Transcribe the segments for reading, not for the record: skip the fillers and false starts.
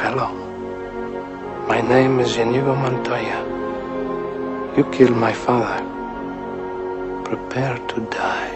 hello. My name is Inigo Montoya. You killed my father. Prepare to die.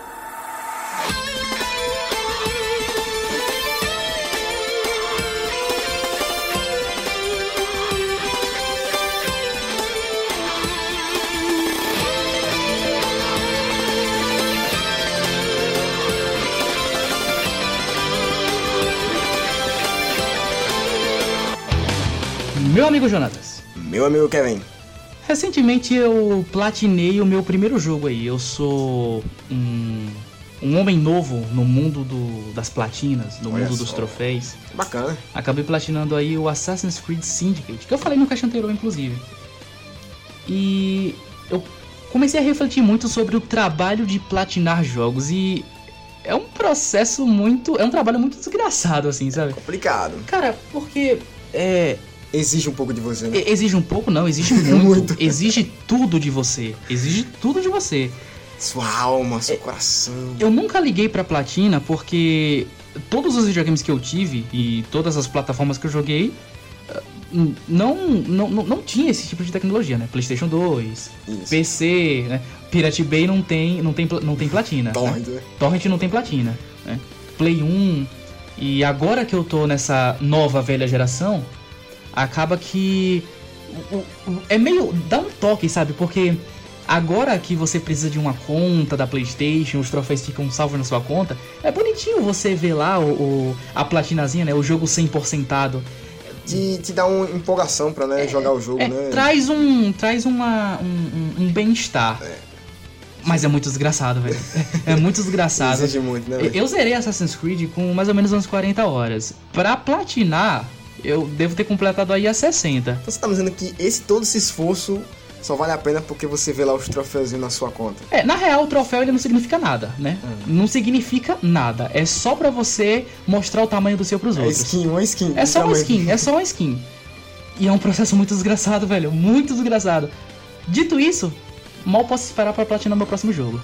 Meu amigo Jonatas. Meu amigo Kevin. Recentemente eu platinei o meu primeiro jogo aí. Eu sou um homem novo no mundo das platinas, no mundo dos troféus. Bacana. Acabei platinando aí o Assassin's Creed Syndicate, que eu falei no caixa anterior, inclusive. E eu comecei a refletir muito sobre o trabalho de platinar jogos e é um processo é um trabalho muito desgraçado, assim, sabe? Complicado. Cara, porque exige um pouco de você, né? Exige um pouco, não, exige muito. Exige tudo de você. Sua alma, seu coração. Eu nunca liguei pra platina porque todos os videogames que eu tive e todas as plataformas que eu joguei não tinha esse tipo de tecnologia, né? PlayStation 2, isso. PC, né? Pirate Bay não tem platina. Torrent, né? Torrent não tem platina, né? Play 1. E agora que eu tô nessa nova velha geração, acaba que é meio... dá um toque, sabe? Porque agora que você precisa de uma conta da PlayStation, os troféus ficam salvos na sua conta, é bonitinho você ver lá a platinazinha, né? O jogo 100%ado. Te dá uma empolgação pra jogar o jogo, né? Traz um bem-estar. Mas é muito desgraçado, velho. É muito desgraçado. Exige muito, né, velho? Eu zerei Assassin's Creed com mais ou menos umas 40 horas. Pra platinar, eu devo ter completado aí a 60. Então você tá me dizendo que todo esse esforço só vale a pena porque você vê lá os troféuzinhos na sua conta? Na real, o troféu ele não significa nada, né? Não significa nada. É só pra você mostrar o tamanho do seu pros outros. Uma skin. É só uma skin. E é um processo muito desgraçado, velho. Muito desgraçado. Dito isso, mal posso esperar pra platinar meu próximo jogo.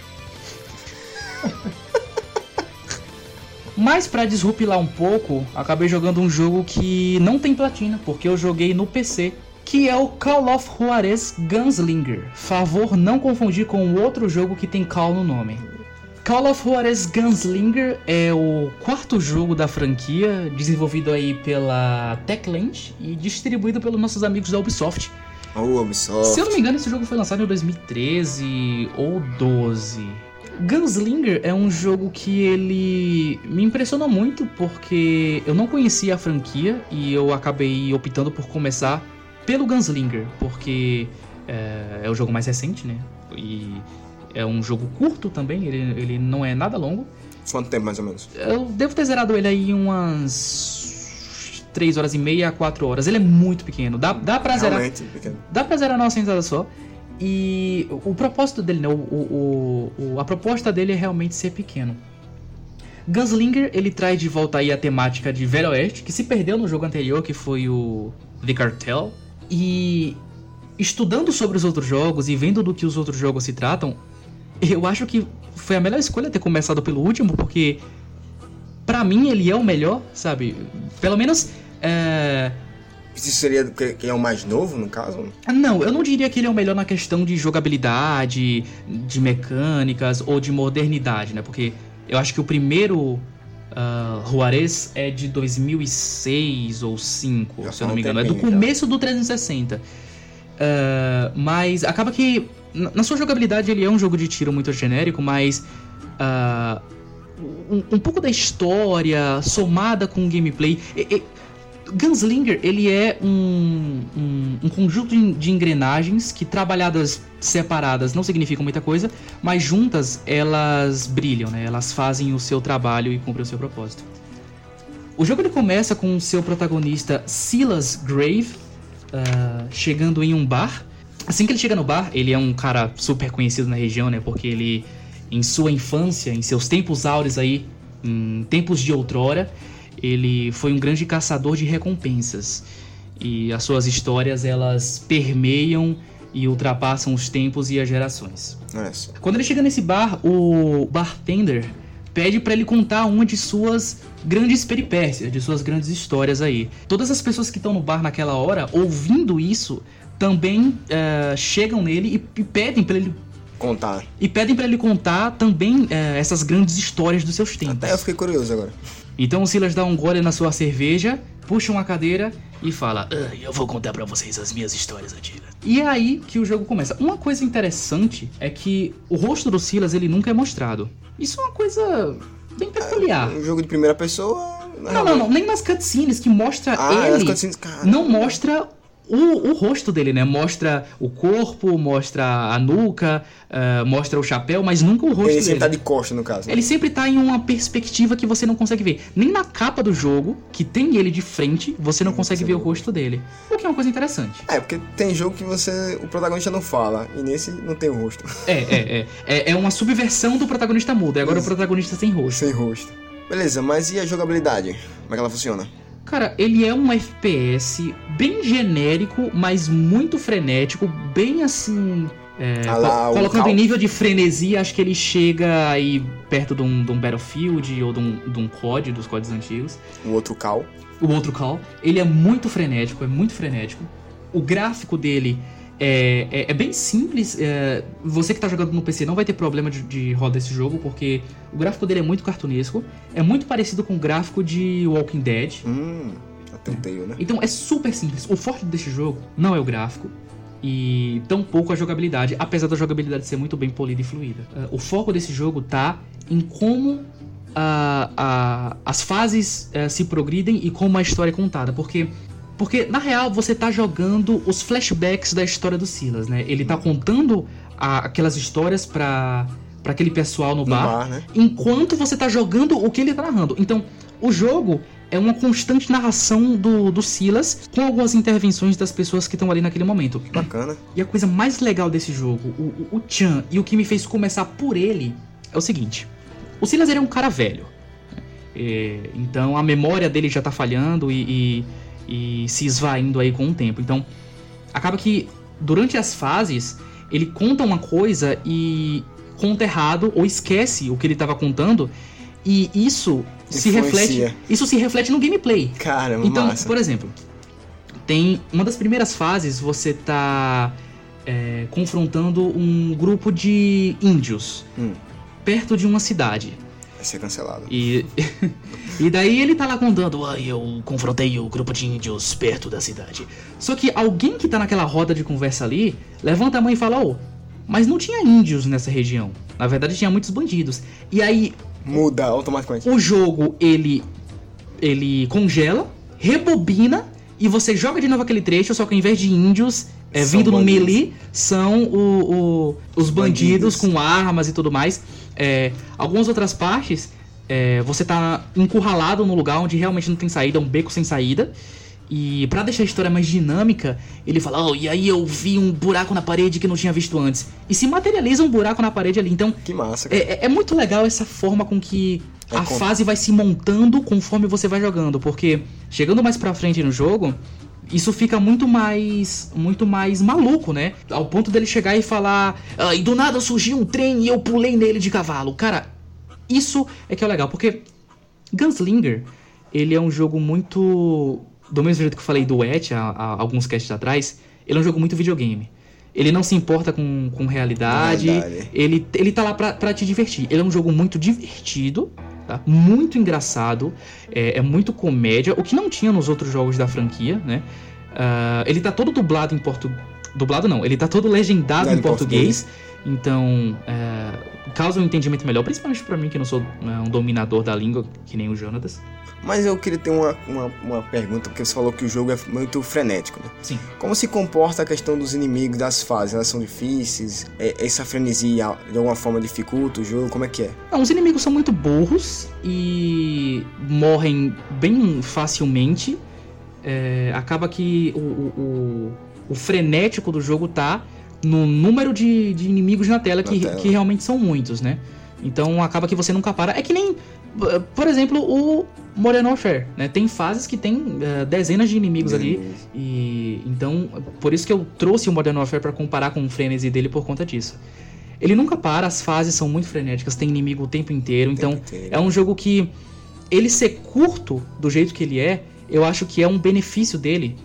Mas pra desrupilar um pouco, acabei jogando um jogo que não tem platina, porque eu joguei no PC, que é o Call of Juarez Gunslinger. Favor não confundir com o outro jogo que tem Call no nome. Call of Juarez Gunslinger é o quarto jogo da franquia, desenvolvido aí pela Techland e distribuído pelos nossos amigos da Ubisoft. Ubisoft. Se eu não me engano, esse jogo foi lançado em 2013 ou 12. Gunslinger é um jogo que ele me impressionou muito porque eu não conhecia a franquia e eu acabei optando por começar pelo Gunslinger, porque é o jogo mais recente, né? E é um jogo curto também, ele não é nada longo. Quanto tempo mais ou menos? Eu devo ter zerado ele aí umas 3 horas e meia a 4 horas. Ele é muito pequeno, dá pra zerar. Realmente pequeno. Dá pra zerar numa sentada só. E o propósito dele, né? A proposta dele é realmente ser pequeno. Gunslinger, ele traz de volta aí a temática de Velho Oeste, que se perdeu no jogo anterior, que foi o The Cartel. E estudando sobre os outros jogos e vendo do que os outros jogos se tratam, eu acho que foi a melhor escolha ter começado pelo último, porque pra mim ele é o melhor, sabe? Pelo menos... Isso seria que é o mais novo, no caso? Não, eu não diria que ele é o melhor na questão de jogabilidade, de mecânicas ou de modernidade, né? Porque eu acho que o primeiro Juarez é de 2006 ou 2005, se eu não me engano. É do começo do 360. Mas acaba que, na sua jogabilidade, ele é um jogo de tiro muito genérico, mas um pouco da história somada com o gameplay... Gunslinger, ele é um conjunto de engrenagens que, trabalhadas separadas, não significam muita coisa, mas juntas elas brilham, né? Elas fazem o seu trabalho e cumprem o seu propósito. O jogo ele começa com o seu protagonista Silas Grave chegando em um bar. Assim que ele chega no bar, ele é um cara super conhecido na região, né? Porque ele, em sua infância, em seus tempos áureos aí, em tempos de outrora, ele foi um grande caçador de recompensas. E as suas histórias, elas permeiam e ultrapassam os tempos e as gerações. Nossa. Quando ele chega nesse bar, o bartender pede pra ele contar uma de suas grandes peripécias, de suas grandes histórias aí. Todas as pessoas que estão no bar naquela hora, ouvindo isso, também chegam nele e pedem pra ele contar. E pedem pra ele contar também essas grandes histórias dos seus tempos. Até eu fiquei curioso agora. Então o Silas dá um gole na sua cerveja, puxa uma cadeira e fala: eu vou contar pra vocês as minhas histórias antigas. E é aí que o jogo começa. Uma coisa interessante é que o rosto do Silas, ele nunca é mostrado. Isso é uma coisa bem peculiar. Um jogo de primeira pessoa... Não. Nem nas cutscenes que mostra ele, nas cutscenes, não mostra o rosto dele, né? Mostra o corpo, mostra a nuca, mostra o chapéu, mas nunca o rosto dele. Ele sempre tá de costa, no caso. Ele sempre tá em uma perspectiva que você não consegue ver. Nem na capa do jogo, que tem ele de frente, você não consegue ver o rosto dele. O que é uma coisa interessante. Porque tem jogo que o protagonista não fala, e nesse não tem o rosto. É uma subversão do protagonista mudo, e agora o protagonista sem rosto. Sem rosto. Beleza, mas e a jogabilidade? Como é que ela funciona? Cara, ele é um FPS bem genérico, mas muito frenético, bem assim... colocando em nível de frenesia, acho que ele chega aí perto de um Battlefield ou de um COD, dos CODs antigos. O outro Call. Ele é muito frenético, O gráfico dele é bem simples. Você que tá jogando no PC não vai ter problema de rodar esse jogo, porque o gráfico dele é muito cartunesco. É muito parecido com o gráfico de Walking Dead. Telltale, né? Então é super simples. O forte desse jogo não é o gráfico e tampouco a jogabilidade, apesar da jogabilidade ser muito bem polida e fluida. O foco desse jogo tá em como as fases se progridem e como a história é contada, porque na real você tá jogando os flashbacks da história do Silas, né? Ele tá contando aquelas histórias pra aquele pessoal no bar, né? Enquanto você tá jogando o que ele tá narrando. Então, o jogo é uma constante narração do Silas, com algumas intervenções das pessoas que estão ali naquele momento. Que bacana. E a coisa mais legal desse jogo, o Chan, e o que me fez começar por ele, é o seguinte. O Silas, ele é um cara velho. Então, a memória dele já tá falhando e se esvaindo aí com o tempo. Então, acaba que durante as fases ele conta uma coisa e conta errado ou esquece o que ele estava contando, e isso se reflete no gameplay. Caramba, então, massa. Por exemplo, tem uma das primeiras fases, você tá confrontando um grupo de índios perto de uma cidade. Vai ser cancelado. E daí ele tá lá contando: eu confrontei o grupo de índios perto da cidade. Só que alguém que tá naquela roda de conversa ali levanta a mão e fala: mas não tinha índios nessa região. Na verdade tinha muitos bandidos. E aí muda automaticamente. O jogo, ele congela, rebobina, e você joga de novo aquele trecho, só que ao invés de índios vindo no melee, são os bandidos com armas e tudo mais. Algumas outras partes, você tá encurralado num lugar onde realmente não tem saída, um beco sem saída. E pra deixar a história mais dinâmica, ele fala: e aí eu vi um buraco na parede que não tinha visto antes. E se materializa um buraco na parede ali. Então, que massa, cara. É muito legal essa forma com que a fase vai se montando conforme você vai jogando. Porque chegando mais pra frente no jogo, isso fica muito mais maluco, né? Ao ponto dele chegar e falar: e do nada surgiu um trem e eu pulei nele de cavalo. Cara, isso é que é legal. Porque Gunslinger, ele é um jogo muito... Do mesmo jeito que eu falei do Etch há alguns casts atrás, ele é um jogo muito videogame. Ele não se importa com realidade. Ele tá lá pra te divertir. Ele é um jogo muito divertido, tá? Muito engraçado. É muito comédia, o que não tinha nos outros jogos da franquia, né? Ele tá todo dublado em português. Dublado não, ele tá todo legendado em português. Então, causa um entendimento melhor, principalmente pra mim, que não sou um dominador da língua, que nem o Jonatas. Mas eu queria ter uma pergunta, porque você falou que o jogo é muito frenético, né? Sim. Como se comporta a questão dos inimigos, das fases? Elas são difíceis? Essa frenesia de alguma forma dificulta o jogo? Como é que é? Não, os inimigos são muito burros e morrem bem facilmente. Acaba que o frenético do jogo tá no número de inimigos na tela, que realmente são muitos, né? Então acaba que você nunca para. É que nem, por exemplo, o Modern Warfare, né? Tem fases que tem dezenas de inimigos ali. E então, por isso que eu trouxe o Modern Warfare pra comparar com o frenesi dele por conta disso. ele nunca para, as fases são muito frenéticas, tem inimigo o tempo inteiro. Então é um jogo que ele ser curto do jeito que ele é, eu acho que é um benefício dele,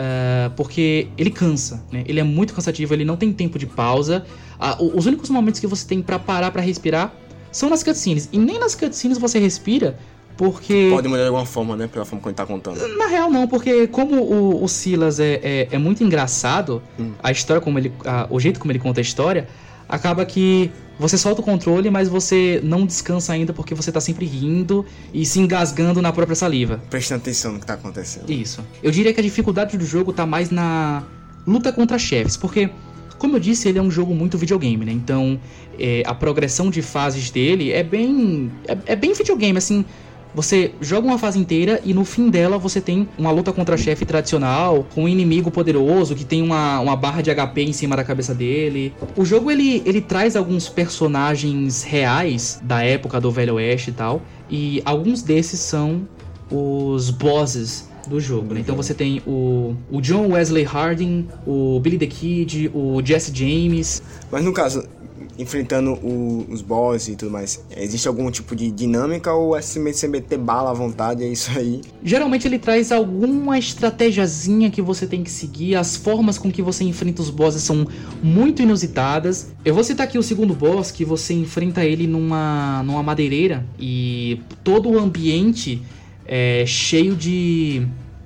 porque ele cansa, né? Ele é muito cansativo, ele não tem tempo de pausa. Os únicos momentos que você tem pra parar pra respirar são nas cutscenes, e nem nas cutscenes você respira, porque... Pode mudar de alguma forma, né? Pela forma que ele tá contando. Na real, não, porque como o Silas é muito engraçado, a história, o jeito como ele conta a história, acaba que você solta o controle, mas você não descansa ainda porque você tá sempre rindo e se engasgando na própria saliva. Prestando atenção no que tá acontecendo. Isso. Eu diria que a dificuldade do jogo tá mais na luta contra chefes, porque, como eu disse, ele é um jogo muito videogame, né? Então, a progressão de fases dele é bem videogame, assim... Você joga uma fase inteira e no fim dela você tem uma luta contra chefe tradicional, com um inimigo poderoso que tem uma barra de HP em cima da cabeça dele. O jogo ele traz alguns personagens reais da época do Velho Oeste e tal, e alguns desses são os bosses do jogo, né? Então você tem o John Wesley Harding, o Billy the Kid, o Jesse James. Mas no caso, enfrentando os bosses e tudo mais, existe algum tipo de dinâmica ou é simplesmente você meter bala à vontade, é isso aí? Geralmente ele traz alguma estratégiazinha que você tem que seguir, as formas com que você enfrenta os bosses são muito inusitadas. Eu vou citar aqui o segundo boss, que você enfrenta ele numa madeireira e todo o ambiente é cheio de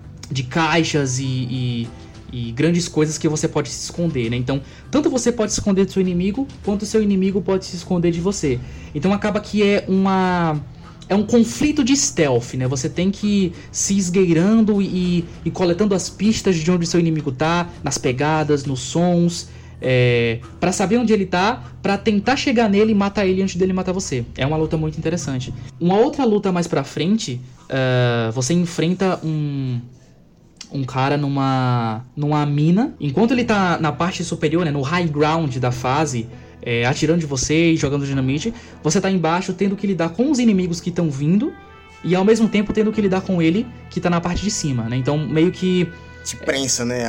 caixas e grandes coisas que você pode se esconder, né? Então, tanto você pode se esconder do seu inimigo, quanto o seu inimigo pode se esconder de você. Então acaba que é um conflito de stealth, né? Você tem que ir se esgueirando e coletando as pistas de onde o seu inimigo tá, nas pegadas, nos sons, pra saber onde ele tá, pra tentar chegar nele e matar ele antes dele matar você. É uma luta muito interessante. Uma outra luta mais pra frente, você enfrenta um cara numa mina. Enquanto ele tá na parte superior, né, no high ground da fase, atirando de você e jogando dinamite, você tá embaixo tendo que lidar com os inimigos que estão vindo e ao mesmo tempo tendo que lidar com ele que tá na parte de cima, né? Então meio que te prensa, né?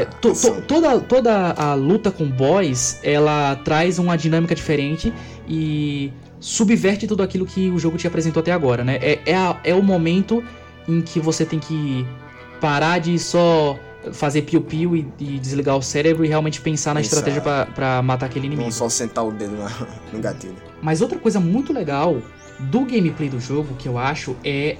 Toda a luta com boss, ela traz uma dinâmica diferente e subverte tudo aquilo que o jogo te apresentou até agora, né? É o momento em que você tem que parar de só fazer piu-piu e desligar o cérebro e realmente pensar na estratégia pra matar aquele inimigo. Não só sentar o dedo no gatilho. Mas outra coisa muito legal do gameplay do jogo, que eu acho, é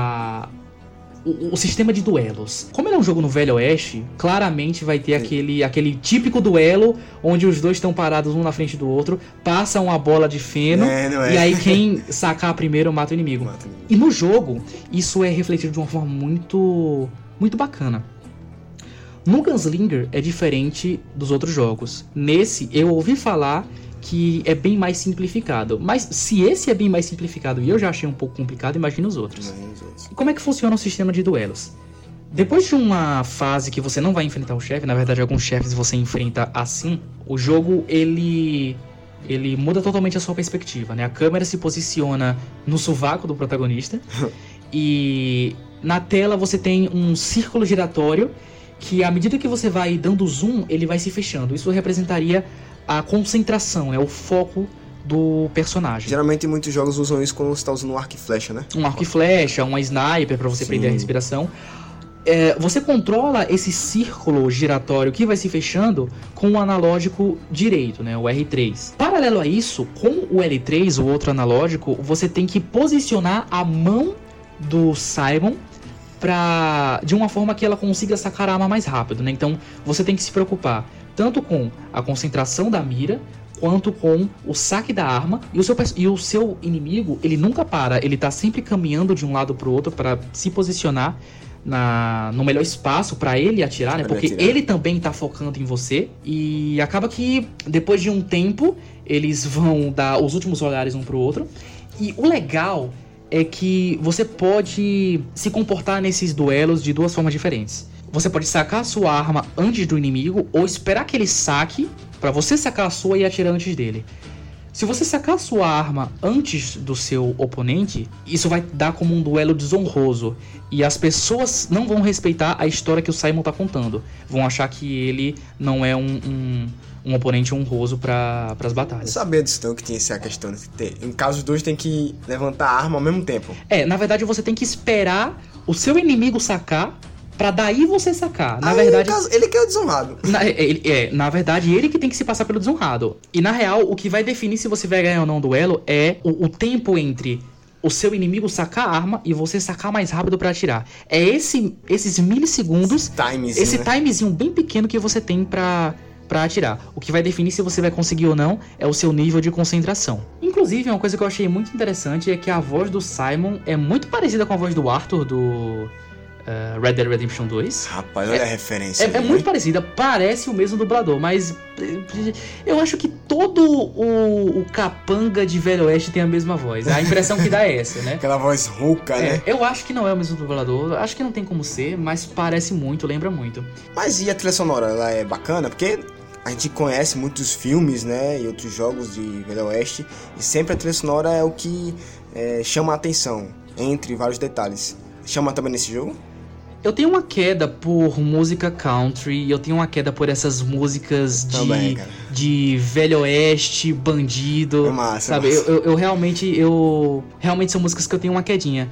o sistema de duelos. Como ele é um jogo no Velho Oeste, claramente vai ter aquele típico duelo onde os dois estão parados um na frente do outro, passa uma bola de feno e aí quem sacar primeiro mata o inimigo. E no jogo, isso é refletido de uma forma muito, muito bacana. No Gunslinger é diferente dos outros jogos. Nesse, eu ouvi falar que é bem mais simplificado. Mas se esse é bem mais simplificado e eu já achei um pouco complicado, imagina os outros. E como é que funciona o sistema de duelos? Depois de uma fase que você não vai enfrentar o chefe, na verdade alguns chefes você enfrenta assim, o jogo ele muda totalmente a sua perspectiva, né? A câmera se posiciona no sovaco do protagonista e na tela você tem um círculo giratório que à medida que você vai dando zoom, ele vai se fechando. Isso representaria a concentração, o foco do personagem. Geralmente muitos jogos usam isso quando você está usando um arco e flecha, né? Um arco e flecha, uma sniper para você prender a respiração. Você controla esse círculo giratório que vai se fechando com o analógico direito, né? O R3. Paralelo a isso, com o L3, o outro analógico, você tem que posicionar a mão do Simon de uma forma que ela consiga sacar a arma mais rápido, né? Então você tem que se preocupar tanto com a concentração da mira, quanto com o saque da arma. E o seu inimigo, ele nunca para, ele tá sempre caminhando de um lado pro outro para se posicionar no melhor espaço para ele atirar, né? Porque ele também tá focando em você. E acaba que depois de um tempo eles vão dar os últimos olhares um pro outro. E o legal é que você pode se comportar nesses duelos de duas formas diferentes. Você pode sacar a sua arma antes do inimigo ou esperar que ele saque pra você sacar a sua e atirar antes dele. Se você sacar a sua arma antes do seu oponente, isso vai dar como um duelo desonroso. E as pessoas não vão respeitar a história que o Simon tá contando. Vão achar que ele não é um oponente honroso para as batalhas. Eu sabia disso não, que tinha essa questão de ter. Em caso os dois tem que levantar a arma ao mesmo tempo. Na verdade você tem que esperar o seu inimigo sacar pra daí você sacar. Na verdade, no caso, ele que é o desonrado. Na verdade, ele que tem que se passar pelo desonrado. E na real, o que vai definir se você vai ganhar ou não o duelo é o tempo entre o seu inimigo sacar a arma e você sacar mais rápido pra atirar. É esses milissegundos, esse timezinho bem pequeno que você tem pra atirar. O que vai definir se você vai conseguir ou não é o seu nível de concentração. Inclusive, uma coisa que eu achei muito interessante é que a voz do Simon é muito parecida com a voz do Arthur do Red Dead Redemption 2. Rapaz, olha a referência. É muito parecida, parece o mesmo dublador, mas eu acho que todo o capanga de Velho Oeste tem a mesma voz. A impressão que dá é essa, né? Aquela voz rouca, né? Eu acho que não é o mesmo dublador, acho que não tem como ser, mas parece muito, lembra muito. Mas e a trilha sonora? Ela é bacana? Porque a gente conhece muitos filmes, né, e outros jogos de Velho Oeste, e sempre a trilha sonora é o que chama a atenção, entre vários detalhes. Chama também nesse jogo? Eu tenho uma queda por música country, eu tenho uma queda por essas músicas de Velho Oeste, bandido, sabe? Massa. Eu realmente são músicas que eu tenho uma quedinha.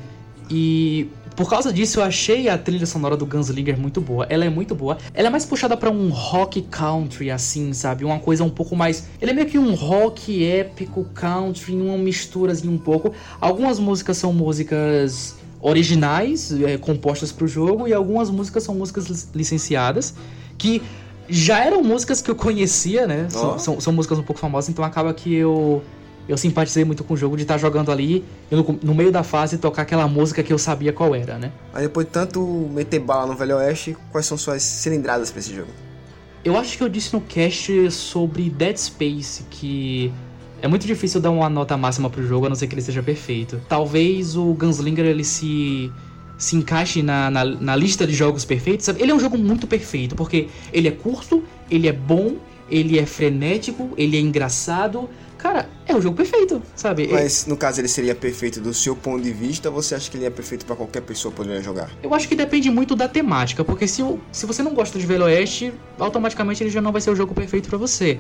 E por causa disso eu achei a trilha sonora do Gunslinger muito boa. Ela é muito boa. Ela é mais puxada pra um rock country, assim, sabe? Uma coisa um pouco mais... Ele é meio que um rock épico country, uma misturazinha um pouco. Algumas músicas são músicas originais, compostas pro jogo, e algumas músicas são músicas licenciadas, que já eram músicas que eu conhecia, né? São músicas um pouco famosas, então acaba que eu simpatizei muito com o jogo de estar jogando ali, no meio da fase, tocar aquela música que eu sabia qual era, né? Aí depois de tanto meter bala no Velho Oeste, quais são suas cilindradas pra esse jogo? Eu acho que eu disse no cast sobre Dead Space que é muito difícil dar uma nota máxima pro jogo, a não ser que ele seja perfeito. Talvez o Gunslinger ele se encaixe na lista de jogos perfeitos, sabe? Ele é um jogo muito perfeito, porque ele é curto, ele é bom, ele é frenético, ele é engraçado. Cara, é um jogo perfeito, sabe? Mas no caso ele seria perfeito do seu ponto de vista, ou você acha que ele é perfeito pra qualquer pessoa poder jogar? Eu acho que depende muito da temática, porque se você não gosta de Velho Oeste, automaticamente ele já não vai ser o jogo perfeito pra você.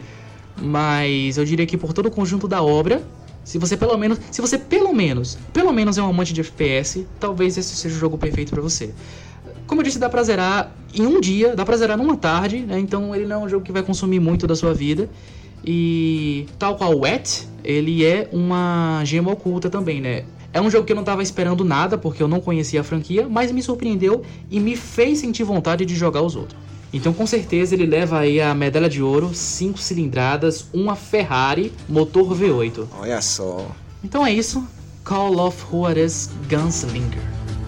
Mas eu diria que por todo o conjunto da obra, se você pelo menos é um amante de FPS, talvez esse seja o jogo perfeito pra você. Como eu disse, dá pra zerar em um dia, dá pra zerar numa tarde, né? Então ele não é um jogo que vai consumir muito da sua vida. E tal qual o Wet, ele é uma gema oculta também, né? É um jogo que eu não tava esperando nada, porque eu não conhecia a franquia, mas me surpreendeu e me fez sentir vontade de jogar os outros. Então com certeza ele leva aí a medalha de ouro, 5 cilindradas, uma Ferrari, motor V8. Olha só. Então é isso, Call of Juarez Gunslinger.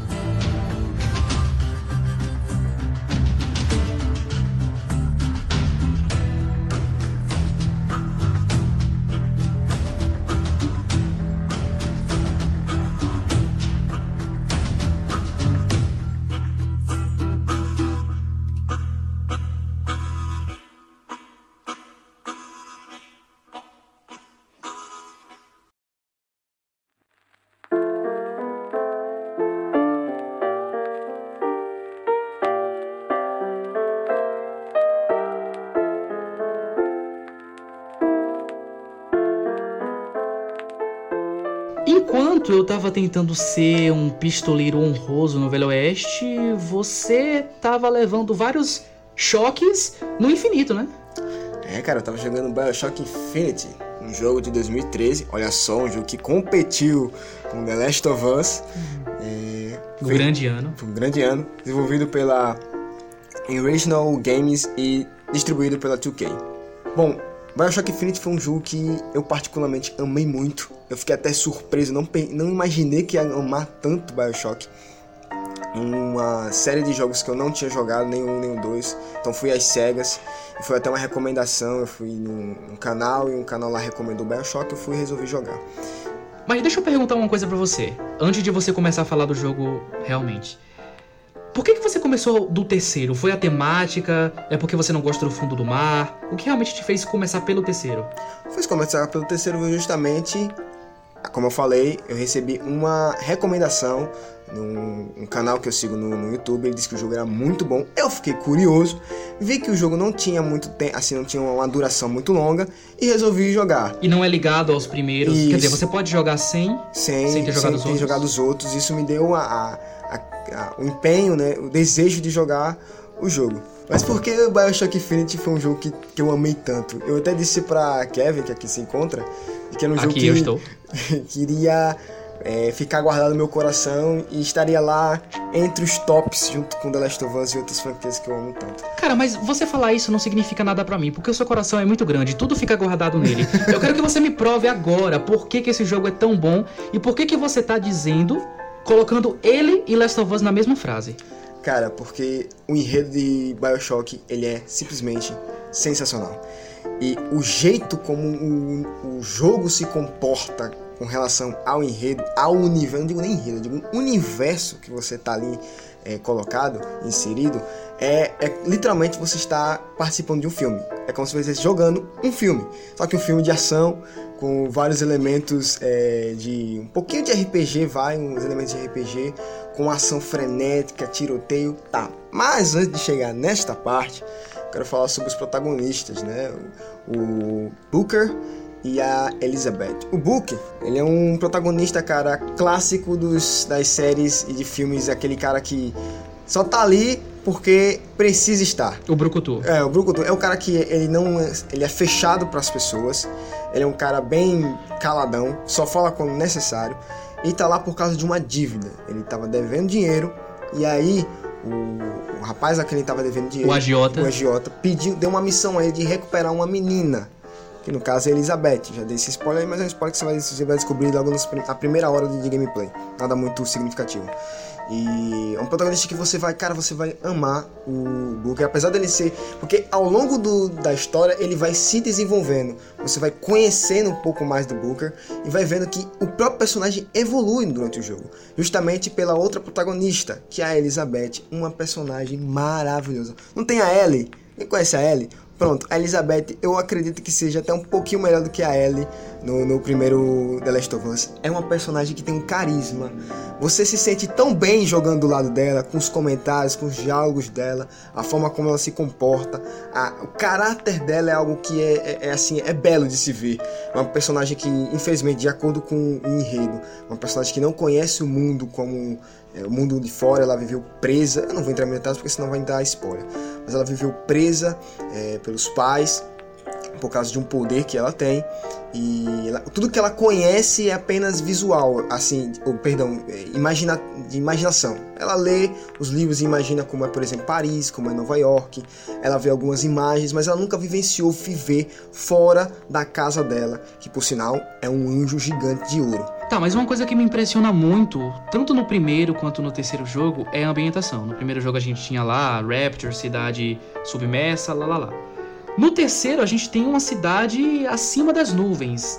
Enquanto eu tava tentando ser um pistoleiro honroso no Velho Oeste, você tava levando vários choques no infinito, né? Cara, eu tava jogando BioShock Infinity, um jogo de 2013. Olha só, um jogo que competiu com The Last of Us. Um grande ano. Foi um grande ano, desenvolvido pela Original Games e distribuído pela 2K. Bom, BioShock Infinite foi um jogo que eu particularmente amei muito. Eu fiquei até surpreso, não imaginei que ia amar tanto BioShock. Uma série de jogos que eu não tinha jogado, nenhum nem o 2. Então fui às cegas, e foi até uma recomendação. Eu fui num canal, e um canal lá recomendou BioShock, eu fui e resolvi jogar. Mas deixa eu perguntar uma coisa pra você, antes de você começar a falar do jogo realmente. Por que você começou do terceiro? Foi a temática? É porque você não gosta do fundo do mar? O que realmente te fez começar pelo terceiro? Fez começar pelo terceiro justamente, como eu falei, eu recebi uma recomendação num canal que eu sigo no YouTube. Ele disse que o jogo era muito bom. Eu fiquei curioso, vi que o jogo não tinha muito tempo, assim, não tinha uma duração muito longa e resolvi jogar. E não é ligado aos primeiros? Isso. Quer dizer, você pode jogar sem ter jogado os outros. Isso me deu o empenho, né, o desejo de jogar o jogo. Mas por que o BioShock Infinite foi um jogo que eu amei tanto? Eu até disse pra Kevin, que aqui se encontra, que era um jogo que eu estou. queria ficar guardado no meu coração e estaria lá entre os tops, junto com The Last of Us e outras franquias que eu amo tanto. Cara, mas você falar isso não significa nada pra mim, porque o seu coração é muito grande, tudo fica guardado nele. Eu quero que você me prove agora por que esse jogo é tão bom e por que você tá dizendo, colocando ele e Last of Us na mesma frase. Cara, porque o enredo de BioShock, ele é simplesmente sensacional. E o jeito como o jogo se comporta com relação ao enredo, ao universo, não digo nem enredo, eu digo universo que você tá ali colocado, inserido, literalmente você está participando de um filme. É como se você estivesse jogando um filme, só que um filme de ação, com vários elementos de um pouquinho de RPG, uns elementos de RPG, com ação frenética, tiroteio, tá. Mas antes de chegar nesta parte, quero falar sobre os protagonistas, né? O Booker e a Elizabeth. O Booker, ele é um protagonista, cara, clássico das séries e de filmes, aquele cara que só tá ali porque precisa estar. O Brucutu. O Brucutu é um cara que ele é fechado para as pessoas, ele é um cara bem caladão, só fala quando necessário, e tá lá por causa de uma dívida. Ele tava devendo dinheiro, e aí o rapaz a quem ele tava devendo dinheiro, o agiota, deu uma missão a ele de recuperar uma menina, que no caso é Elizabeth. Já dei esse spoiler aí, mas é um spoiler que você vai descobrir logo na primeira hora de gameplay. Nada muito significativo. E é um protagonista que você vai amar o Booker, apesar dele ser... Porque ao longo da história ele vai se desenvolvendo, você vai conhecendo um pouco mais do Booker e vai vendo que o próprio personagem evolui durante o jogo, justamente pela outra protagonista, que é a Elizabeth, uma personagem maravilhosa. Não tem a Ellie? Quem conhece a Ellie? Pronto, a Elizabeth eu acredito que seja até um pouquinho melhor do que a Ellie no primeiro The Last of Us. É uma personagem que tem um carisma. Você se sente tão bem jogando do lado dela, com os comentários, com os diálogos dela, a forma como ela se comporta. O caráter dela é algo que é belo de se ver. É uma personagem que, infelizmente, de acordo com o enredo, uma personagem que não conhece o mundo como... o mundo de fora, ela viveu presa. Eu não vou entrar em detalhes porque senão vai dar spoiler. Mas ela viveu presa pelos pais, por causa de um poder que ela tem. E tudo que ela conhece é apenas visual, assim, de imaginação. Ela lê os livros e imagina como é, por exemplo, Paris, como é Nova York. Ela vê algumas imagens, mas ela nunca vivenciou viver fora da casa dela, que por sinal é um anjo gigante de ouro. Tá, mas uma coisa que me impressiona muito, tanto no primeiro quanto no terceiro jogo, é a ambientação. No primeiro jogo a gente tinha lá Rapture, cidade submersa, lá. No terceiro a gente tem uma cidade acima das nuvens.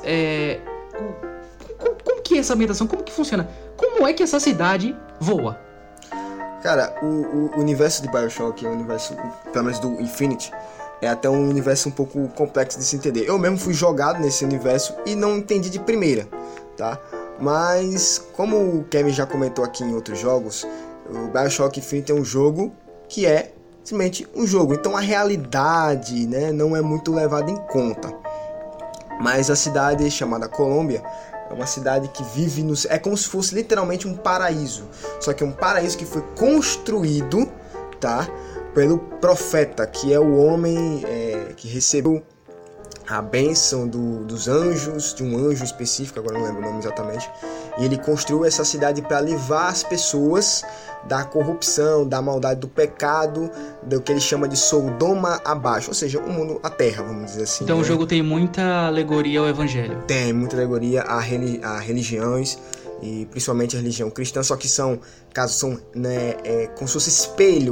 Como que é essa ambientação? Como que funciona? Como é que essa cidade voa? Cara, o universo de BioShock, o universo, pelo menos do Infinite, é até um universo um pouco complexo de se entender. Eu mesmo fui jogado nesse universo e não entendi de primeira, tá? Mas, como o Kevin já comentou aqui em outros jogos, o BioShock Infinite é um jogo que é simplesmente um jogo. Então a realidade, né, não é muito levada em conta. Mas a cidade chamada Colômbia é uma cidade que vive é como se fosse literalmente um paraíso. Só que é um paraíso que foi construído, tá, pelo profeta, que é o homem que recebeu a bênção dos anjos, de um anjo específico, agora não lembro o nome exatamente, e ele construiu essa cidade para livrar as pessoas da corrupção, da maldade, do pecado, do que ele chama de Sodoma abaixo, ou seja, o mundo, a terra, vamos dizer assim. Então, né? O jogo tem muita alegoria ao evangelho. Tem muita alegoria a religiões, e principalmente a religião cristã, só que são, né, como se fosse espelho,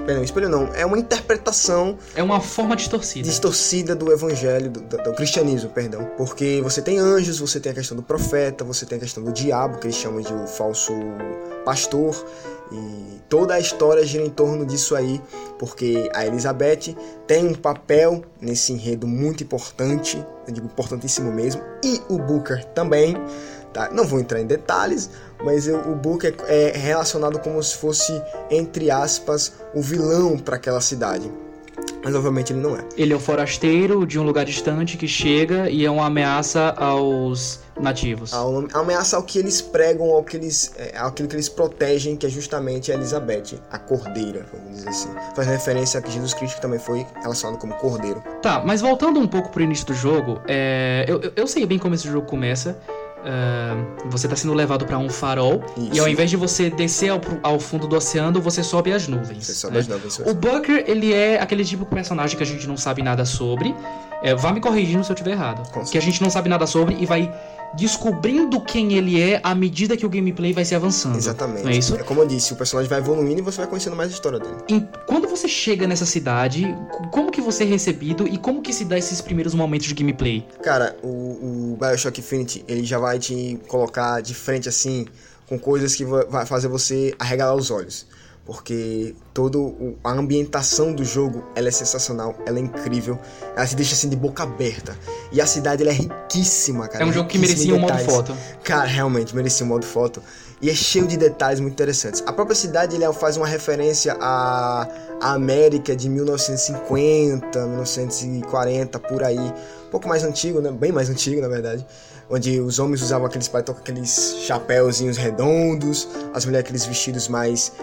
espelho não, é uma interpretação... É uma forma distorcida do evangelho, do cristianismo, perdão. Porque você tem anjos, você tem a questão do profeta, você tem a questão do diabo, que eles chamam de o falso pastor, e toda a história gira em torno disso aí, porque a Elizabeth tem um papel nesse enredo muito importante, eu digo importantíssimo mesmo, e o Booker também, tá? Não vou entrar em detalhes, mas o Booker é relacionado como se fosse, entre aspas, o vilão para aquela cidade. Mas obviamente ele não é. Ele é o forasteiro de um lugar distante que chega e é uma ameaça aos nativos. A ameaça ao que eles pregam, aquilo que eles protegem, que é justamente a Elizabeth, a cordeira, vamos dizer assim. Faz referência a que Jesus Cristo também foi relacionado como cordeiro. Tá, mas voltando um pouco pro início do jogo, eu sei bem como esse jogo começa. Você tá sendo levado pra um farol. Isso. E ao invés de você descer ao fundo do oceano, você sobe as nuvens. Você sobe as nuvens. O Booker, ele é aquele tipo de personagem que a gente não sabe nada sobre. Vá me corrigindo se eu estiver errado. Que a gente não sabe nada sobre e vai descobrindo quem ele é à medida que o gameplay vai se avançando. Exatamente. Não é isso? É como eu disse, o personagem vai evoluindo e você vai conhecendo mais a história dele. Quando você chega nessa cidade, como que você é recebido e como que se dá esses primeiros momentos de gameplay? Cara, o BioShock Infinite, ele já vai te colocar de frente assim, com coisas que vai fazer você arregalar os olhos. Porque toda a ambientação do jogo, ela é sensacional, ela é incrível, ela te deixa assim de boca aberta. E a cidade, ela é riquíssima, cara. É um jogo que merecia um modo foto. Cara, realmente, merecia um modo foto. E é cheio de detalhes muito interessantes. A própria cidade, ele faz uma referência à América de 1950, 1940, por aí. Um pouco mais antigo, né? Bem mais antigo, na verdade. Onde os homens usavam aqueles paletó com aqueles chapéuzinhos redondos, as mulheres aqueles vestidos mais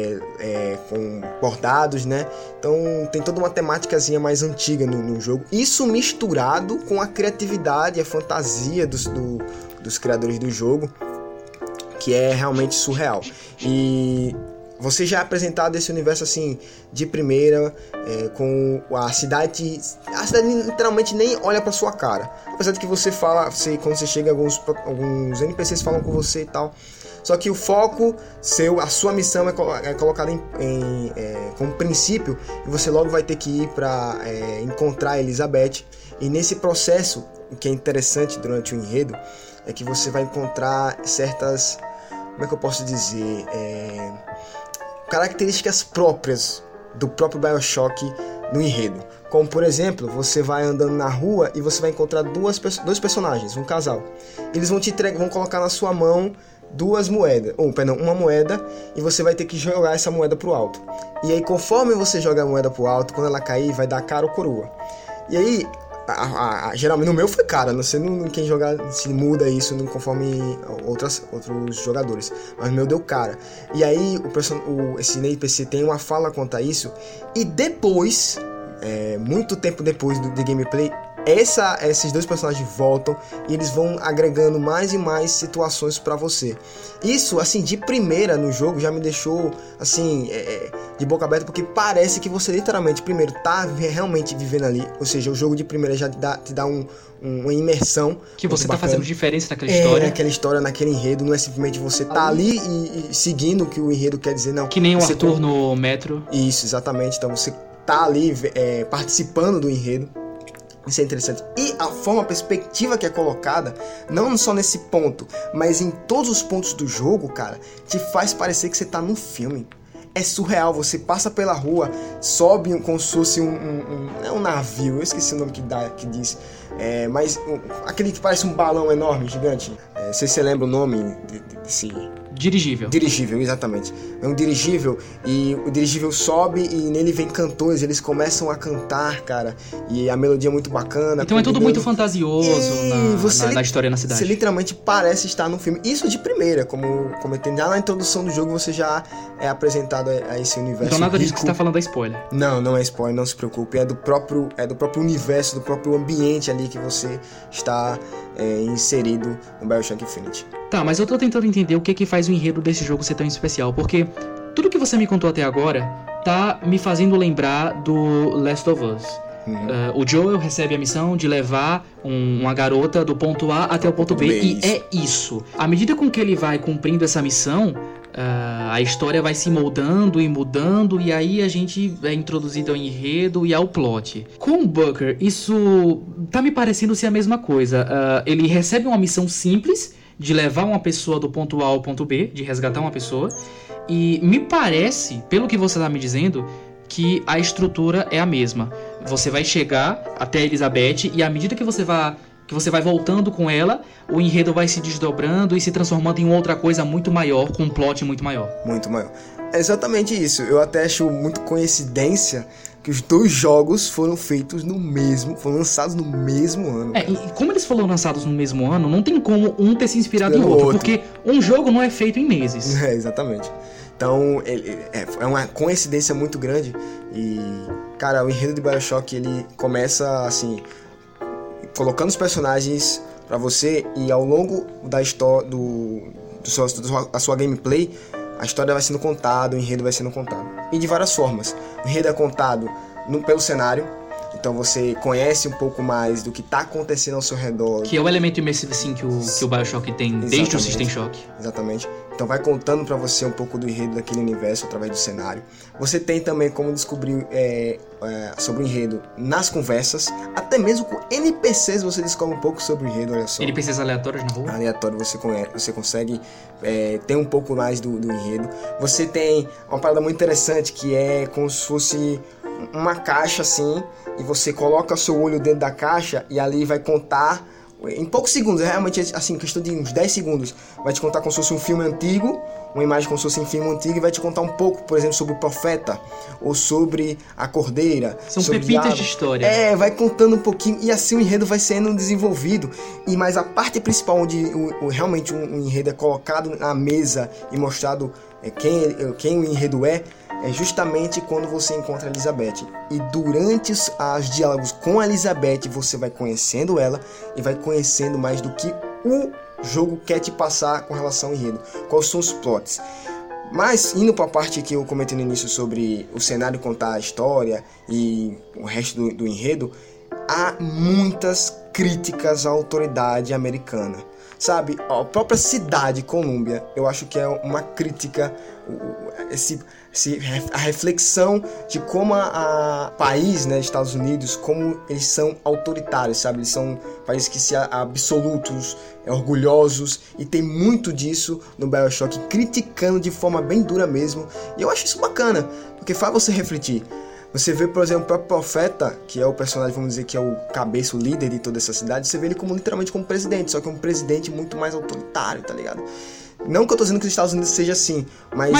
com bordados, né? Então tem toda uma temáticazinha mais antiga no jogo. Isso misturado com a criatividade e a fantasia dos criadores do jogo, que é realmente surreal. E você já é apresentado esse universo assim de primeira, com a cidade literalmente nem olha pra sua cara. Apesar de que você fala, quando você chega, alguns NPCs falam com você e tal. Só que o foco seu, a sua missão é colocada como princípio, e você logo vai ter que ir para encontrar a Elizabeth. E nesse processo, o que é interessante durante o enredo é que você vai encontrar certas, como é que eu posso dizer, características próprias do próprio BioShock no enredo. Como, por exemplo, você vai andando na rua e você vai encontrar dois personagens, um casal. Eles vão colocar na sua mão uma moeda, e você vai ter que jogar essa moeda pro alto. E aí, conforme você joga a moeda pro alto, quando ela cair, vai dar cara ou coroa. E aí, geralmente no meu foi cara, não sei quem jogar se muda isso conforme outros jogadores, mas no meu deu cara. E aí esse NPC tem uma fala quanto a isso, e depois, muito tempo depois de gameplay, esses dois personagens voltam e eles vão agregando mais e mais situações pra você. Isso, assim, de primeira no jogo já me deixou, assim, de boca aberta, porque parece que você literalmente, primeiro, tá realmente vivendo ali. Ou seja, o jogo de primeira já te dá uma imersão. Que você tá fazendo diferença naquela história. Naquela história, naquele enredo. Não é simplesmente você tá ali e seguindo o que o enredo quer dizer, não. Que nem o Arthur no Metro. Isso, exatamente. Então você tá ali participando do enredo. Isso é interessante. E a perspectiva que é colocada, não só nesse ponto, mas em todos os pontos do jogo, cara, te faz parecer que você tá num filme. É surreal, você passa pela rua, sobe como se fosse um navio, eu esqueci o nome que diz, mas aquele que parece um balão enorme, gigante. Não sei se você lembra o nome desse... Dirigível, exatamente. É um dirigível, e o dirigível sobe e nele vem cantores, eles começam a cantar, cara, e a melodia é muito bacana. Então é tudo muito fantasioso na história na cidade. Você literalmente parece estar no filme. Isso de primeira, como comentei já na introdução do jogo, você já é apresentado a esse universo. Então nada rico. disso que você tá falando é spoiler. Não é spoiler, não se preocupe. É do próprio universo, do próprio ambiente ali que você está inserido no BioShock Infinite. Tá, mas eu tô tentando entender o que faz o enredo desse jogo ser tão especial, porque tudo que você me contou até agora tá me fazendo lembrar do Last of Us. O Joel recebe a missão de levar uma garota do ponto A até o ponto B, e é isso. À medida com que ele vai cumprindo essa missão, A história vai se moldando e mudando, e aí a gente é introduzido ao enredo e ao plot. Com o Booker, isso tá me parecendo ser a mesma coisa. Ele recebe uma missão simples de levar uma pessoa do ponto A ao ponto B, de resgatar uma pessoa, e me parece, pelo que você tá me dizendo, que a estrutura é a mesma. Você vai chegar até a Elizabeth, e à medida que você vai voltando com ela, o enredo vai se desdobrando e se transformando em outra coisa muito maior, com um plot muito maior. Muito maior. É exatamente isso. Eu até acho muito coincidência que os 2 jogos foram lançados no mesmo ano. E como eles foram lançados no mesmo ano, não tem como um ter se inspirado em outro, porque um jogo não é feito em meses. Exatamente. Então, é uma coincidência muito grande. E, cara, o enredo de BioShock, ele começa, assim, colocando os personagens pra você, e ao longo da história, da sua gameplay, a história vai sendo contada, o enredo vai sendo contado. E de várias formas. O enredo é contado pelo cenário, então você conhece um pouco mais do que tá acontecendo ao seu redor. Que é o elemento imersivo, assim, que o BioShock tem. Exatamente. Desde o System Shock. Exatamente. Então vai contando pra você um pouco do enredo daquele universo através do cenário. Você tem também como descobrir sobre o enredo nas conversas. Até mesmo com NPCs você descobre um pouco sobre o enredo, olha só. NPCs aleatórios na rua? Aleatório, você consegue ter um pouco mais do enredo. Você tem uma parada muito interessante que é como se fosse uma caixa assim, e você coloca o seu olho dentro da caixa e ali vai contar em poucos segundos, realmente assim, questão de uns 10 segundos, vai te contar como se fosse um filme antigo, uma imagem como se fosse um filme antigo, e vai te contar um pouco, por exemplo, sobre o profeta, ou sobre a cordeira. São pepitas de história. Vai contando um pouquinho, e assim o enredo vai sendo desenvolvido, mas a parte principal, onde realmente um enredo é colocado na mesa e mostrado quem o enredo é justamente quando você encontra a Elizabeth. E durante os diálogos com a Elizabeth, você vai conhecendo ela e vai conhecendo mais do que o jogo quer te passar com relação ao enredo. Quais são os plots. Mas, indo para a parte que eu comentei no início sobre o cenário contar a história e o resto do enredo, há muitas críticas à autoridade americana. Sabe, a própria cidade, Colômbia, eu acho que é uma crítica, a reflexão de como a país, né, Estados Unidos, como eles são autoritários, sabe? Eles são países que se absolutos, orgulhosos, e tem muito disso no BioShock, criticando de forma bem dura mesmo, e eu acho isso bacana, porque faz você refletir. Você vê, por exemplo, o próprio Profeta, que é o personagem, vamos dizer, que é o cabeça, o líder de toda essa cidade, você vê ele literalmente como presidente, só que é um presidente muito mais autoritário, tá ligado? Não que eu tô dizendo que os Estados Unidos seja assim, mas...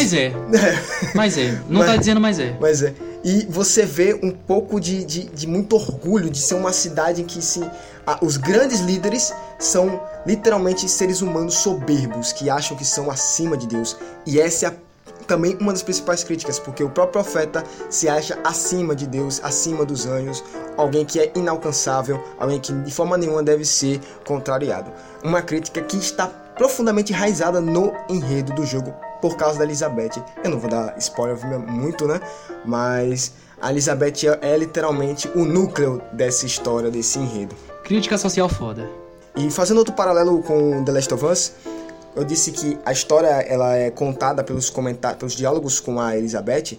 Mas é. Não tá dizendo, mas é. Mas é. E você vê um pouco de muito orgulho de ser uma cidade em que os grandes líderes são literalmente seres humanos soberbos, que acham que são acima de Deus. E essa é também uma das principais críticas, porque o próprio Profeta se acha acima de Deus, acima dos anjos, alguém que é inalcançável, alguém que de forma nenhuma deve ser contrariado. Uma crítica que está profundamente enraizada no enredo do jogo por causa da Elizabeth. Eu não vou dar spoiler muito, né? Mas a Elizabeth é literalmente o núcleo dessa história, desse enredo. Crítica social foda. E fazendo outro paralelo com The Last of Us, eu disse que a história ela é contada pelos diálogos com a Elizabeth,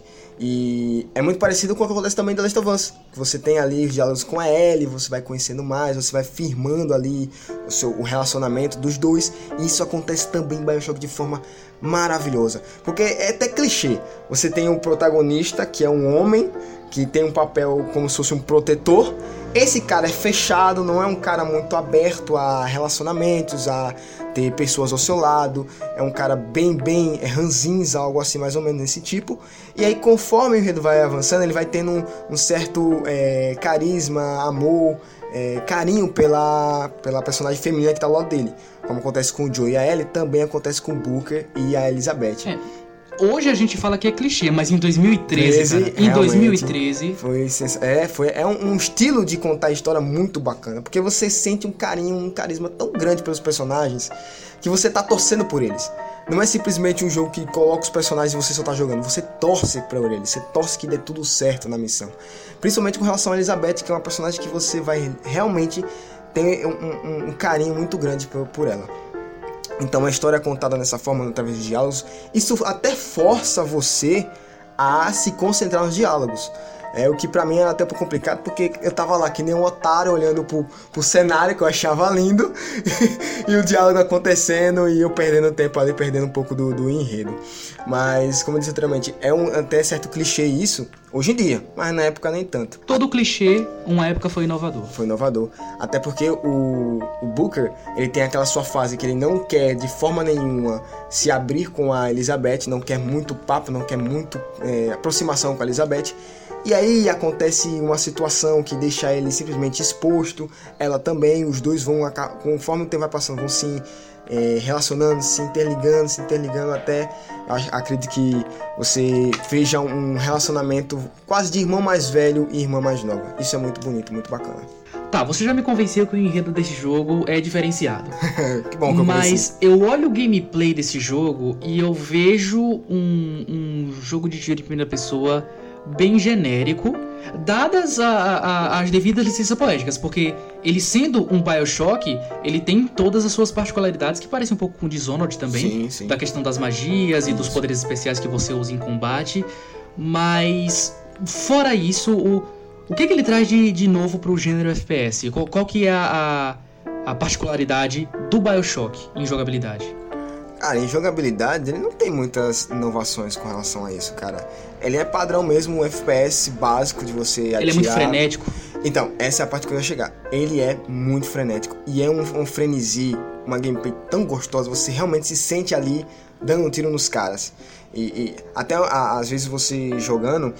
e é muito parecido com o que acontece também em The Last of Us. Você tem ali os diálogos com a Ellie, você vai conhecendo mais, você vai firmando ali o relacionamento dos dois, e isso acontece também em BioShock de forma maravilhosa, porque é até clichê. Você tem um protagonista que é um homem, que tem um papel como se fosse um protetor. Esse cara é fechado, não é um cara muito aberto a relacionamentos, a ter pessoas ao seu lado. É um cara bem ranzinza, algo assim mais ou menos nesse tipo. E aí conforme o enredo vai avançando, ele vai tendo um certo carisma, amor, carinho pela personagem feminina que tá ao lado dele. Como acontece com o Joe e a Ellie, também acontece com o Booker e a Elizabeth. Hoje a gente fala que é clichê, mas em 2013, cara, em 2013... É um estilo de contar a história muito bacana, porque você sente um carinho, um carisma tão grande pelos personagens, que você tá torcendo por eles. Não é simplesmente um jogo que coloca os personagens e você só tá jogando, você torce por eles, você torce que dê tudo certo na missão. Principalmente com relação a Elizabeth, que é uma personagem que você vai realmente ter um carinho muito grande por ela. Então a história é contada dessa forma, através de diálogos. Isso até força você a se concentrar nos diálogos. O que pra mim era até um pouco complicado, porque eu tava lá que nem um otário olhando pro cenário que eu achava lindo e o diálogo acontecendo e eu perdendo tempo ali, perdendo um pouco do enredo. Mas, como eu disse anteriormente, até certo clichê isso, hoje em dia, mas na época nem tanto. Todo clichê, uma época foi inovador. Foi inovador. Até porque o Booker, ele tem aquela sua fase que ele não quer de forma nenhuma se abrir com a Elizabeth, não quer muito papo, não quer muito aproximação com a Elizabeth. E aí acontece uma situação que deixa ele simplesmente exposto, ela também, os dois vão, conforme o tempo vai passando, vão se relacionando, se interligando até, acredito que você veja um relacionamento quase de irmão mais velho e irmã mais nova. Isso é muito bonito, muito bacana. Tá, você já me convenceu que o enredo desse jogo é diferenciado. Que bom que eu convenci. Mas eu olho o gameplay desse jogo e eu vejo um jogo de tiro de primeira pessoa bem genérico, dadas as devidas licenças poéticas, porque ele sendo um BioShock, ele tem todas as suas particularidades que parecem um pouco com Dishonored também, sim. Da questão das magias e dos poderes especiais que você usa em combate, mas fora isso, o que ele traz de novo pro gênero FPS? Qual que é a particularidade do BioShock em jogabilidade? Cara, em jogabilidade, ele não tem muitas inovações com relação a isso, cara. Ele é padrão mesmo, um FPS básico de você atirar. Ele é muito frenético. Então, essa é a parte que eu ia chegar. Ele é muito frenético. E é um frenesi, uma gameplay tão gostosa. Você realmente se sente ali dando um tiro nos caras. E até, às vezes, você jogando,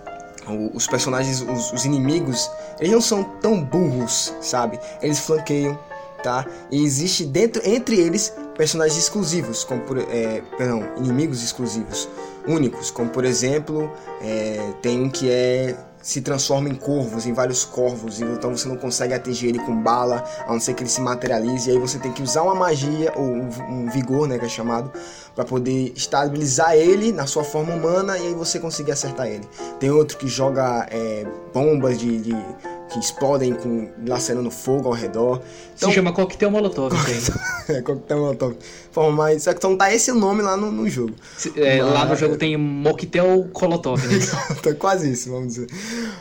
os personagens, os inimigos, eles não são tão burros, sabe? Eles flanqueiam, tá? E existe entre eles personagens exclusivos, como inimigos exclusivos, únicos, como por exemplo, tem um que se transforma em corvos, em vários corvos, e então você não consegue atingir ele com bala, a não ser que ele se materialize, e aí você tem que usar uma magia, ou um vigor, né, que é chamado, para poder estabilizar ele na sua forma humana, e aí você conseguir acertar ele. Tem outro que joga bombas que explodem lacerando fogo ao redor. Então, se chama Coquetel Molotov. Coquetel Molotov. Só que não tá esse o nome lá no jogo. Lá no jogo tem Moquetel Kolotov, né? Tá quase isso, vamos dizer.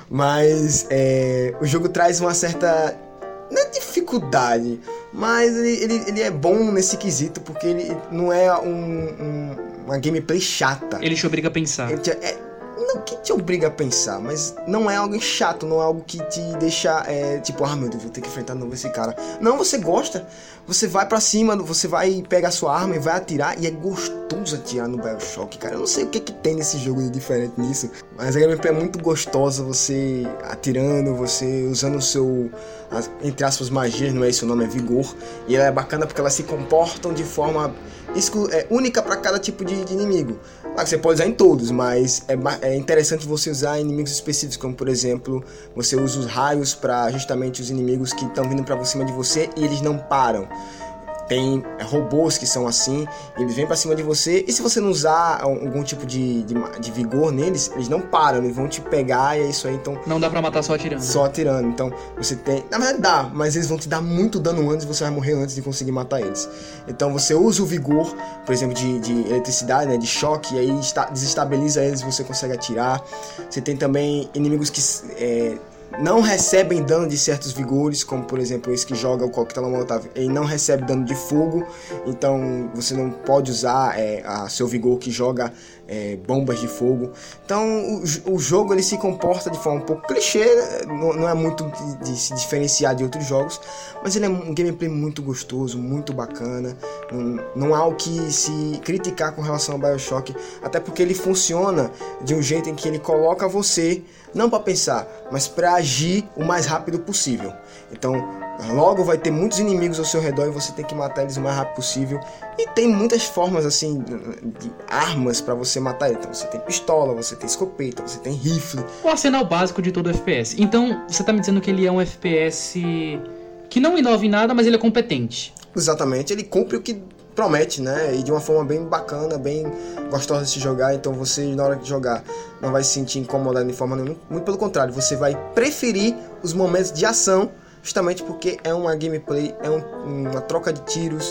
Mas o jogo traz uma certa... não é dificuldade, mas ele é bom nesse quesito, porque ele não é uma gameplay chata. Ele te obriga a pensar. Não que te obriga a pensar, mas não é algo chato, não é algo que te deixa, tipo, meu Deus, vou ter que enfrentar de novo esse cara. Não, você gosta, você vai pra cima, você vai pegar sua arma e vai atirar, e é gostoso atirar no BioShock, cara. Eu não sei o que tem nesse jogo de diferente nisso, mas a gameplay é muito gostosa, você atirando, você usando o seu, entre aspas, magias, não é esse o nome, é vigor, e ela é bacana porque elas se comportam de forma única para cada tipo de inimigo. Claro que você pode usar em todos, mas é interessante você usar inimigos específicos, como por exemplo, você usa os raios para justamente os inimigos que estão vindo para cima de você e eles não param. Tem robôs que são assim, eles vêm pra cima de você, e se você não usar algum tipo de vigor neles, eles não param, eles vão te pegar, e é isso aí, então... Não dá pra matar só atirando. Só atirando, então você tem... Na verdade dá, mas eles vão te dar muito dano antes, e você vai morrer antes de conseguir matar eles. Então você usa o vigor, por exemplo, de eletricidade, né, de choque, e aí desestabiliza eles e você consegue atirar. Você tem também inimigos que... não recebem dano de certos vigores, como por exemplo esse que joga o Coquetel Molotov, ele não recebe dano de fogo, então você não pode usar seu vigor que joga bombas de fogo. Então o jogo ele se comporta de forma um pouco clichê, não é muito de se diferenciar de outros jogos, mas ele é um gameplay muito gostoso, muito bacana, não há o que se criticar com relação ao BioShock, até porque ele funciona de um jeito em que ele coloca você não para pensar, mas para agir o mais rápido possível. Então, logo vai ter muitos inimigos ao seu redor e você tem que matar eles o mais rápido possível. E tem muitas formas assim de armas para você matar eles. Então, você tem pistola, você tem escopeta, você tem rifle. O arsenal básico de todo FPS. Então, você tá me dizendo que ele é um FPS que não inova em nada, mas ele é competente. Exatamente, ele cumpre o que promete, né? E de uma forma bem bacana, bem gostosa de se jogar. Então você, na hora de jogar, não vai se sentir incomodado de forma nenhuma. Muito pelo contrário, você vai preferir os momentos de ação, justamente porque é uma gameplay, é uma troca de tiros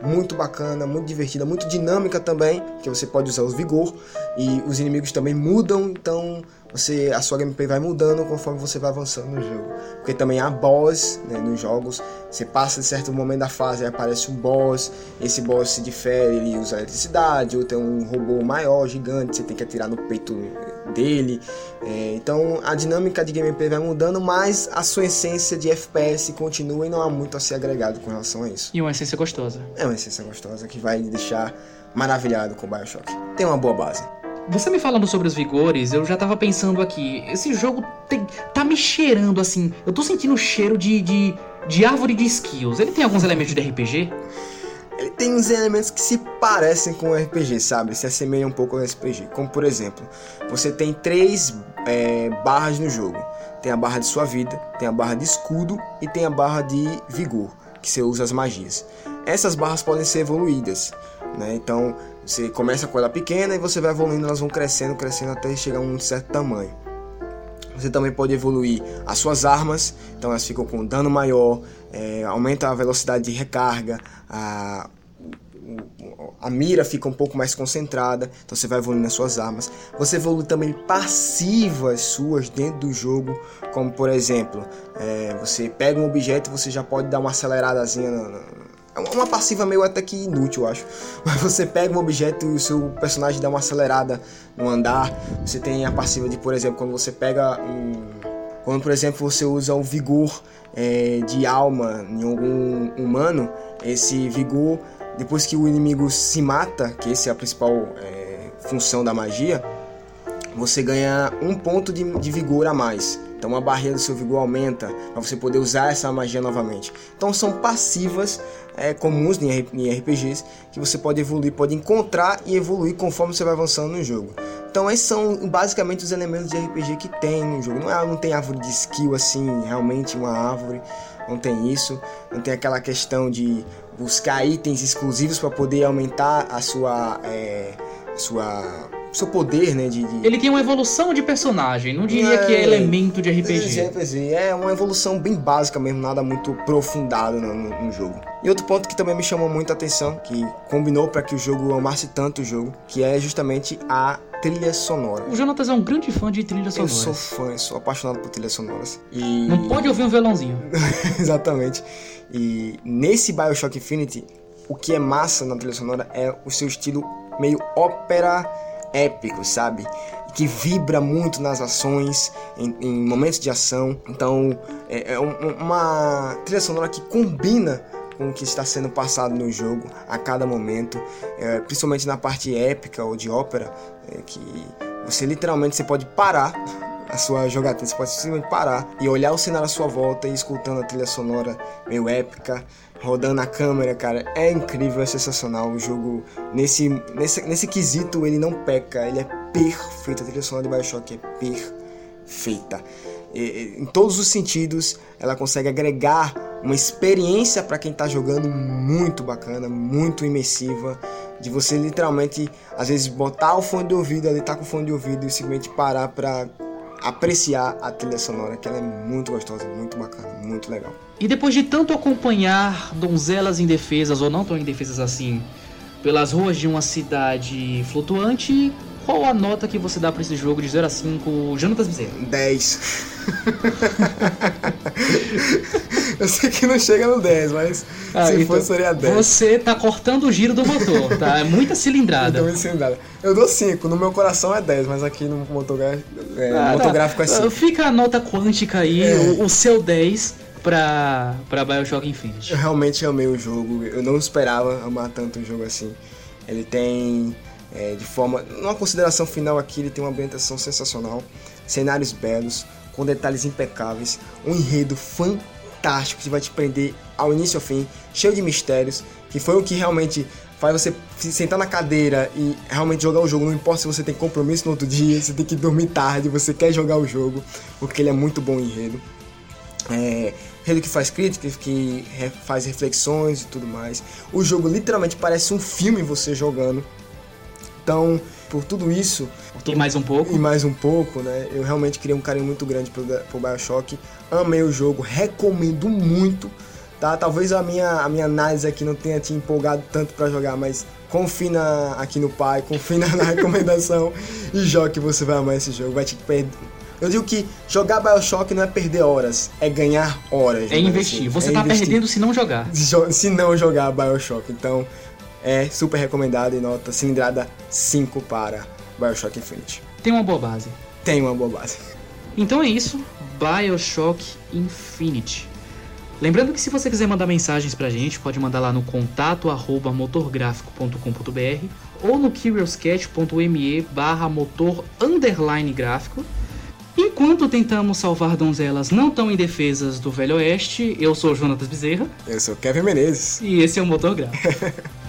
muito bacana, muito divertida, muito dinâmica também, que você pode usar o vigor e os inimigos também mudam, então a sua gameplay vai mudando conforme você vai avançando no jogo. Porque também há boss, né, nos jogos, você passa de certo momento da fase e aparece um boss, esse boss se difere, ele usa eletricidade, ou tem um robô maior, gigante, você tem que atirar no peito dele. Então a dinâmica de gameplay vai mudando, mas a sua essência de FPS continua e não há muito a ser agregado com relação a isso. E uma essência gostosa. É uma essência gostosa que vai deixar maravilhado com o BioShock. Tem uma boa base. Você me falando sobre os vigores, eu já tava pensando aqui, esse jogo tá me cheirando assim, eu tô sentindo o cheiro de árvore de skills. Ele tem alguns elementos de RPG? Ele tem uns elementos que se parecem com o RPG, sabe? Se assemelham um pouco ao RPG. Como, por exemplo, você tem 3 barras no jogo. Tem a barra de sua vida, tem a barra de escudo e tem a barra de vigor, que você usa as magias. Essas barras podem ser evoluídas, né? Então, você começa com ela pequena e você vai evoluindo, elas vão crescendo até chegar a um certo tamanho. Você também pode evoluir as suas armas, então elas ficam com dano maior, aumenta a velocidade de recarga, a mira fica um pouco mais concentrada, então você vai evoluindo as suas armas. Você evolui também passivas suas dentro do jogo, como por exemplo, você pega um objeto e você já pode dar uma aceleradazinha uma passiva meio até que inútil, eu acho. Mas você pega um objeto e o seu personagem dá uma acelerada no andar. Você tem a passiva de, por exemplo, quando você pega quando, por exemplo, você usa o vigor de alma em algum humano, esse vigor, depois que o inimigo se mata, que essa é a principal função da magia, você ganha 1 ponto de vigor a mais. Então a barreira do seu vigor aumenta para você poder usar essa magia novamente. Então são passivas comuns em RPGs que você pode evoluir, pode encontrar e evoluir conforme você vai avançando no jogo. Então esses são basicamente os elementos de RPG que tem no jogo. Não tem árvore de skill assim, realmente uma árvore. Não tem isso. Não tem aquela questão de buscar itens exclusivos para poder aumentar a seu poder, né? Ele tem uma evolução de personagem, não diria que é elemento de RPG. É uma evolução bem básica mesmo, nada muito aprofundado no jogo. E outro ponto que também me chamou muita atenção, que combinou para que o jogo amasse tanto o jogo, que é justamente a trilha sonora. O Jonatas é um grande fã de trilhas sonoras. Eu sou fã, eu sou apaixonado por trilhas sonoras. E... não pode ouvir um violãozinho. Exatamente. E nesse BioShock Infinite, o que é massa na trilha sonora é o seu estilo meio ópera épico, sabe? Que vibra muito nas ações, em momentos de ação. Então, é uma trilha sonora que combina com o que está sendo passado no jogo a cada momento, principalmente na parte épica ou de ópera, que você literalmente pode parar a sua jogatina, você pode simplesmente parar e olhar o cenário à sua volta e escutando a trilha sonora meio épica, rodando a câmera, cara, é incrível, é sensacional. O jogo, nesse quesito, ele não peca, ele é perfeito. A trilha sonora de BioShock é perfeita. Em todos os sentidos, ela consegue agregar uma experiência para quem tá jogando muito bacana, muito imersiva, de você literalmente, às vezes, botar o fone de ouvido ali, tá com o fone de ouvido e simplesmente parar para apreciar a trilha sonora, que ela é muito gostosa, muito bacana, muito legal. E depois de tanto acompanhar donzelas indefesas, ou não tão indefesas assim, pelas ruas de uma cidade flutuante, qual a nota que você dá pra esse jogo de 0 a 5, Jonatas Bezerra? 10. Eu sei que não chega no 10, mas se então, fosse seria 10. Você tá cortando o giro do motor, tá? É muita cilindrada. Eu dou 5, no meu coração é 10, mas aqui no motográfico é 5. Fica a nota quântica aí, o seu 10 pra BioShock Infinite. Eu realmente amei o jogo, eu não esperava amar tanto um jogo assim. Ele tem, numa consideração final aqui, ele tem uma ambientação sensacional, cenários belos, com detalhes impecáveis, um enredo fantástico que vai te prender ao início ao fim, cheio de mistérios, que foi o que realmente faz você sentar na cadeira e realmente jogar o jogo. Não importa se você tem compromisso no outro dia, você tem que dormir tarde, você quer jogar o jogo, porque ele é muito bom enredo. Enredo que faz críticas, que faz reflexões e tudo mais. O jogo literalmente parece um filme você jogando. Então, por tudo isso... E mais um pouco, né? Eu realmente criei um carinho muito grande pro BioShock. Amei o jogo, recomendo muito. tá? Talvez a minha análise aqui não tenha te empolgado tanto pra jogar, mas confie aqui no pai, confie na recomendação e jogue que você vai amar esse jogo, vai te perder. Eu digo que jogar BioShock não é perder horas, é ganhar horas. É investir. Você tá perdendo se não jogar. Se não jogar BioShock. Então, é super recomendado e nota cilindrada 5 para BioShock Infinite. Tem uma boa base. Tem uma boa base. Então é isso, BioShock Infinite. Lembrando que se você quiser mandar mensagens pra gente, pode mandar lá no contato@motorgráfico.com.br ou no curiouscat.me/motor_gráfico. Enquanto tentamos salvar donzelas não tão indefesas do Velho Oeste, eu sou o Jonatas Bezerra. Eu sou o Kevin Menezes. E esse é o Motor Gráfico.